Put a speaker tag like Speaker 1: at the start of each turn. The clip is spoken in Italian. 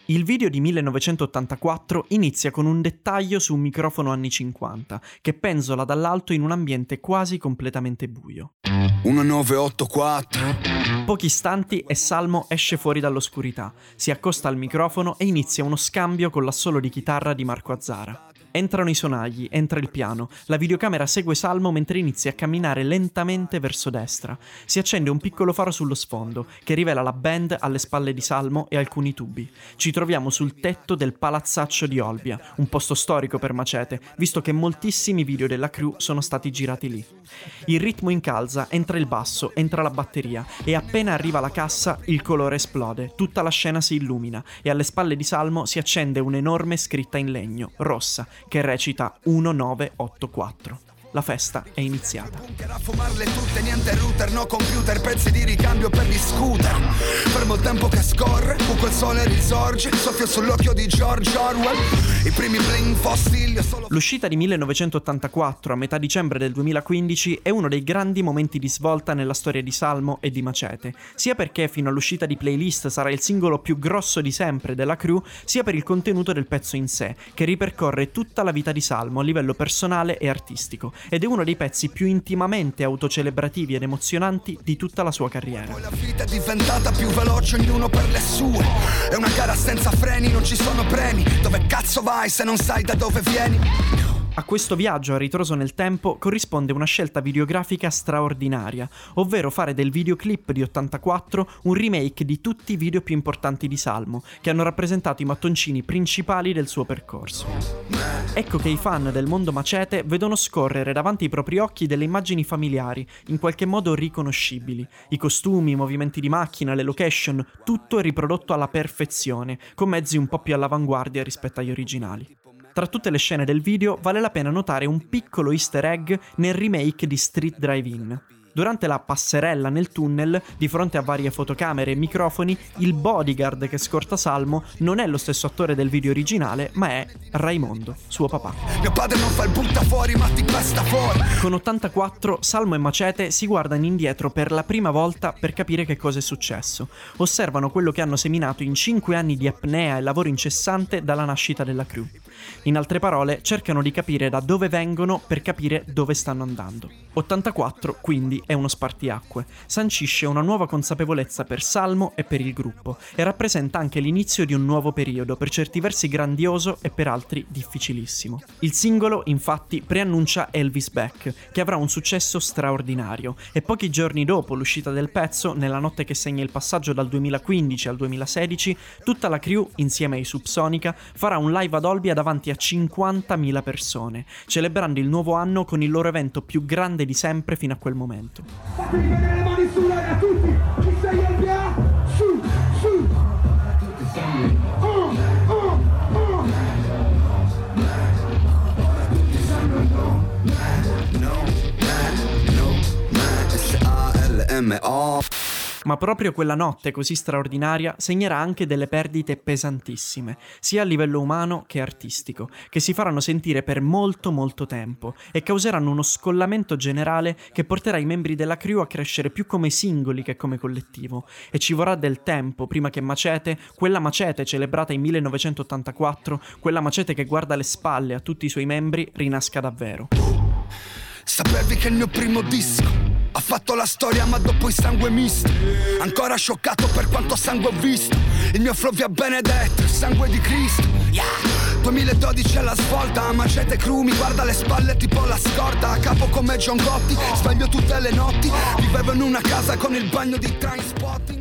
Speaker 1: Il video di 1984 inizia con un dettaglio su un microfono anni 50 che penzola dall'alto in un ambiente quasi completamente buio.
Speaker 2: 1984.
Speaker 1: Pochi istanti e Salmo esce fuori dall'oscurità, si accosta al microfono e inizia uno scambio con l'assolo di chitarra di Marco Azzara. Entrano i sonagli, entra il piano, la videocamera segue Salmo mentre inizia a camminare lentamente verso destra. Si accende un piccolo faro sullo sfondo, che rivela la band alle spalle di Salmo e alcuni tubi. Ci troviamo sul tetto del palazzaccio di Olbia, un posto storico per Macete, visto che moltissimi video della crew sono stati girati lì. Il ritmo incalza, entra il basso, entra la batteria, e appena arriva la cassa il colore esplode, tutta la scena si illumina, e alle spalle di Salmo si accende un'enorme scritta in legno, rossa, che recita 1984. La festa è iniziata.
Speaker 2: A fumarle tutte, niente router, no computer, pezzi di ricambio per gli scooter. Fermo il tempo che scorre, quel sole risorge, soffio sull'occhio di George Orwell. I primi bling fossili solo...
Speaker 1: L'uscita di 1984 a metà dicembre del 2015 è uno dei grandi momenti di svolta nella storia di Salmo e di Macete, sia perché fino all'uscita di Playlist sarà il singolo più grosso di sempre della crew, sia per il contenuto del pezzo in sé, che ripercorre tutta la vita di Salmo a livello personale e artistico, ed è uno dei pezzi più intimamente autocelebrativi ed emozionanti di tutta la sua carriera.
Speaker 2: Poi la vita è diventata più veloce, ognuno per le sue. È una gara senza freni, non ci sono premi. Dove cazzo vai se non sai da dove vieni?
Speaker 1: A questo viaggio a ritroso nel tempo corrisponde una scelta videografica straordinaria, ovvero fare del videoclip di 84 un remake di tutti i video più importanti di Salmo, che hanno rappresentato i mattoncini principali del suo percorso. Ecco che i fan del mondo Macete vedono scorrere davanti ai propri occhi delle immagini familiari, in qualche modo riconoscibili. I costumi, i movimenti di macchina, le location, tutto è riprodotto alla perfezione, con mezzi un po' più all'avanguardia rispetto agli originali. Tra tutte le scene del video vale la pena notare un piccolo easter egg nel remake di Street Drive-In. Durante la passerella nel tunnel, di fronte a varie fotocamere e microfoni, il bodyguard che scorta Salmo non è lo stesso attore del video originale, ma è Raimondo, suo papà.
Speaker 2: Mio padre non fa il butta fuori, ma ti pesta fuori.
Speaker 1: Con 84, Salmo e Macete si guardano indietro per la prima volta per capire che cosa è successo. Osservano quello che hanno seminato in 5 anni di apnea e lavoro incessante dalla nascita della crew. In altre parole, cercano di capire da dove vengono per capire dove stanno andando. 84, quindi, è uno spartiacque. Sancisce una nuova consapevolezza per Salmo e per il gruppo, e rappresenta anche l'inizio di un nuovo periodo, per certi versi grandioso e per altri difficilissimo. Il singolo, infatti, preannuncia Elvis Back, che avrà un successo straordinario, e pochi giorni dopo l'uscita del pezzo, nella notte che segna il passaggio dal 2015 al 2016, tutta la crew, insieme ai Subsonica, farà un live ad Olbia davanti a 50.000 persone, celebrando il nuovo anno con il loro evento più grande di sempre fino a quel momento.
Speaker 3: Fatevi vedere le mani sull'aria tutti! Chi sei Olbia? Su, su!
Speaker 2: No,
Speaker 1: Ma proprio quella notte così straordinaria segnerà anche delle perdite pesantissime, sia a livello umano che artistico, che si faranno sentire per molto molto tempo e causeranno uno scollamento generale che porterà i membri della crew a crescere più come singoli che come collettivo, e ci vorrà del tempo prima che Macete, quella Macete celebrata in 1984, quella Macete che guarda alle spalle a tutti i suoi membri, rinasca davvero.
Speaker 2: sapevi che il mio primo disco ha fatto la storia ma dopo il sangue misto. Ancora scioccato per quanto sangue ho visto. Il mio flow vi ha benedetto, il sangue di Cristo, yeah. 2012 alla svolta, Macete crew mi guarda alle spalle tipo la scorta. A capo come John Gotti, sveglio tutte le notti. Vivevo in una casa con il bagno di Trainspotting.